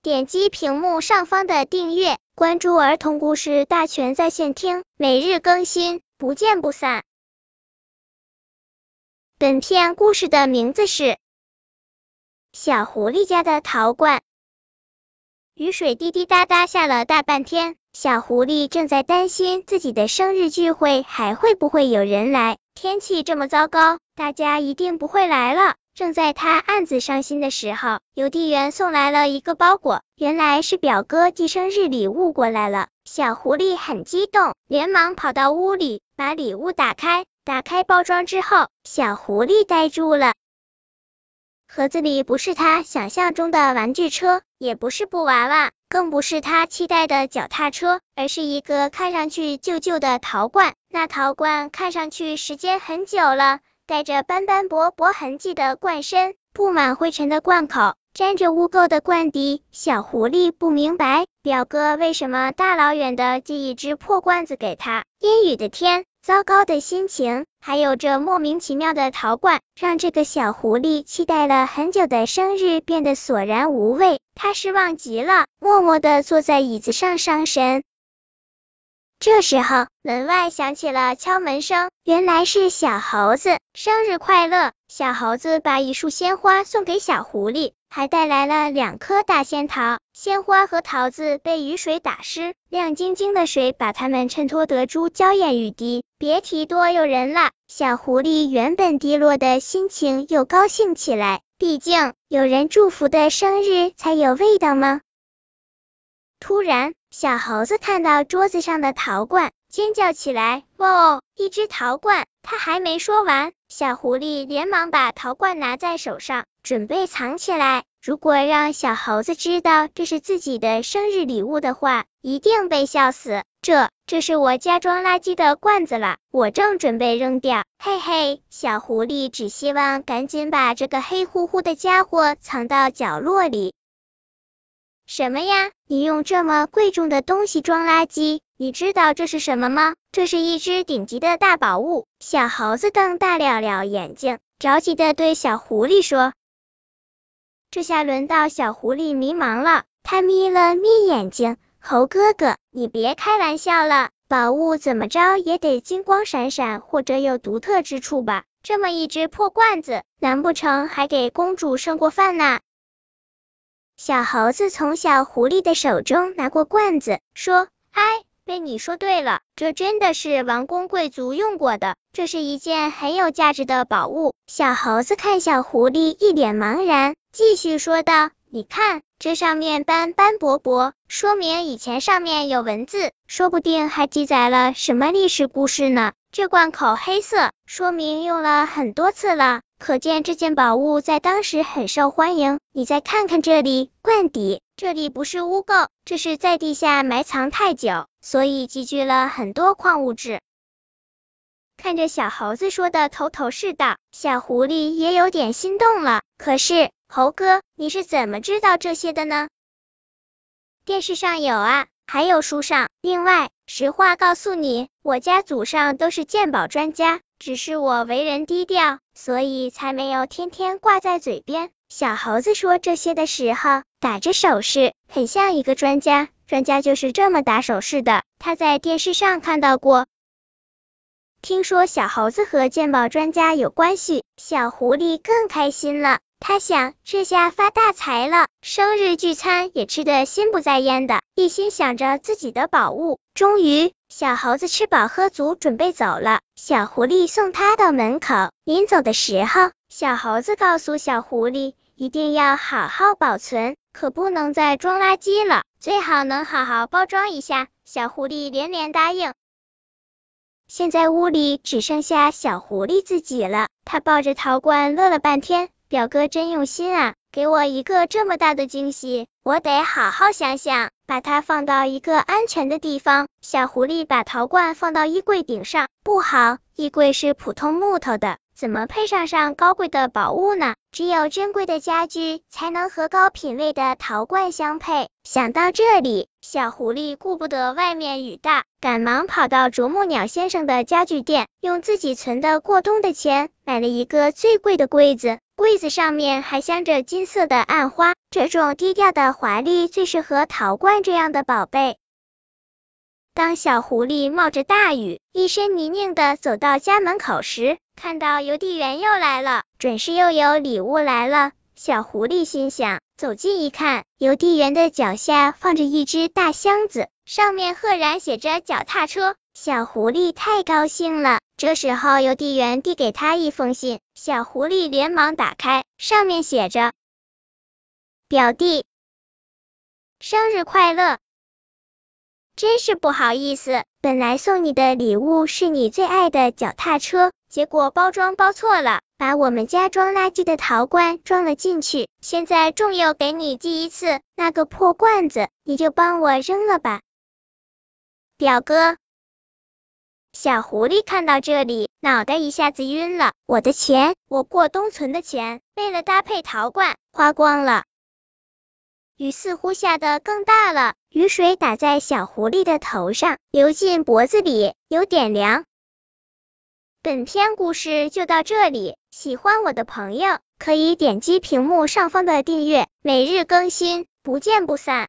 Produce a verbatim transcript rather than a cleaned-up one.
点击屏幕上方的订阅，关注儿童故事大全在线听，每日更新，不见不散。本片故事的名字是小狐狸家的陶罐。雨水滴滴答答下了大半天，小狐狸正在担心自己的生日聚会还会不会有人来，天气这么糟糕，大家一定不会来了。正在他暗自伤心的时候，邮递员送来了一个包裹，原来是表哥寄生日礼物过来了。小狐狸很激动，连忙跑到屋里，把礼物打开。打开包装之后，小狐狸呆住了。盒子里不是他想象中的玩具车，也不是布娃娃，更不是他期待的脚踏车，而是一个看上去旧旧的陶罐。那陶罐看上去时间很久了，带着斑斑驳驳痕迹的罐身，布满灰尘的罐口，沾着污垢的罐底。小狐狸不明白，表哥为什么大老远的寄一只破罐子给他。阴雨的天，糟糕的心情，还有这莫名其妙的陶罐，让这个小狐狸期待了很久的生日变得索然无味。他失望极了，默默地坐在椅子上伤神。这时候，门外响起了敲门声，原来是小猴子，生日快乐！小猴子把一束鲜花送给小狐狸，还带来了两颗大仙桃。鲜花和桃子被雨水打湿，亮晶晶的水把它们衬托得珠娇艳欲滴，别提多诱人了。小狐狸原本低落的心情又高兴起来，毕竟有人祝福的生日才有味道吗？突然，小猴子看到桌子上的陶罐，尖叫起来，哇哦，一只陶罐！他还没说完，小狐狸连忙把陶罐拿在手上，准备藏起来。如果让小猴子知道这是自己的生日礼物的话，一定被笑死。这，这是我家装垃圾的罐子了，我正准备扔掉。嘿嘿，小狐狸只希望赶紧把这个黑乎乎的家伙藏到角落里。什么呀？你用这么贵重的东西装垃圾？你知道这是什么吗？这是一只顶级的大宝物。小猴子瞪大了了眼睛，着急的对小狐狸说。这下轮到小狐狸迷茫了，他眯了眯眼睛，猴哥哥，你别开玩笑了，宝物怎么着也得金光闪闪或者有独特之处吧？这么一只破罐子，难不成还给公主剩过饭呢？小猴子从小狐狸的手中拿过罐子，说，哎，被你说对了，这真的是王公贵族用过的，这是一件很有价值的宝物。小猴子看小狐狸一脸茫然，继续说道，你看，这上面斑斑驳驳，说明以前上面有文字，说不定还记载了什么历史故事呢。这罐口黑色，说明用了很多次了，可见这件宝物在当时很受欢迎。你再看看这里，罐底，这里不是污垢，这是在地下埋藏太久，所以积聚了很多矿物质。看着小猴子说的头头是道，小狐狸也有点心动了。可是，猴哥，你是怎么知道这些的呢？电视上有啊，还有书上。另外，实话告诉你，我家祖上都是鉴宝专家，只是我为人低调，所以才没有天天挂在嘴边。小猴子说这些的时候，打着手势，很像一个专家。专家就是这么打手势的，他在电视上看到过。听说小猴子和鉴宝专家有关系，小狐狸更开心了。他想，这下发大财了，生日聚餐也吃得心不在焉的，一心想着自己的宝物。终于，小猴子吃饱喝足，准备走了。小狐狸送他到门口，临走的时候，小猴子告诉小狐狸，一定要好好保存，可不能再装垃圾了，最好能好好包装一下。小狐狸连连答应。现在屋里只剩下小狐狸自己了，他抱着陶罐乐了半天。表哥真用心啊，给我一个这么大的惊喜，我得好好想想，把它放到一个安全的地方。小狐狸把陶罐放到衣柜顶上，不好，衣柜是普通木头的，怎么配上上高贵的宝物呢？只有珍贵的家具才能和高品位的陶罐相配。想到这里，小狐狸顾不得外面雨大，赶忙跑到啄木鸟先生的家具店，用自己存的过冬的钱买了一个最贵的柜子。 柜子上面还镶着金色的暗花，这种低调的华丽最适合陶罐这样的宝贝。当小狐狸冒着大雨，一身泥泞的走到家门口时，看到邮递员又来了，准是又有礼物来了。小狐狸心想，走近一看，邮递员的脚下放着一只大箱子，上面赫然写着脚踏车。小狐狸太高兴了。这时候邮递员递给他一封信，小狐狸连忙打开，上面写着：表弟，生日快乐。真是不好意思，本来送你的礼物是你最爱的脚踏车，结果包装包错了，把我们家装垃圾的陶罐装了进去，现在重又给你寄一次，那个破罐子，你就帮我扔了吧。表哥。小狐狸看到这里，脑袋一下子晕了，我的钱，我过冬存的钱，为了搭配陶罐，花光了。雨似乎下得更大了，雨水打在小狐狸的头上，流进脖子里，有点凉。本篇故事就到这里，喜欢我的朋友可以点击屏幕上方的订阅，每日更新，不见不散。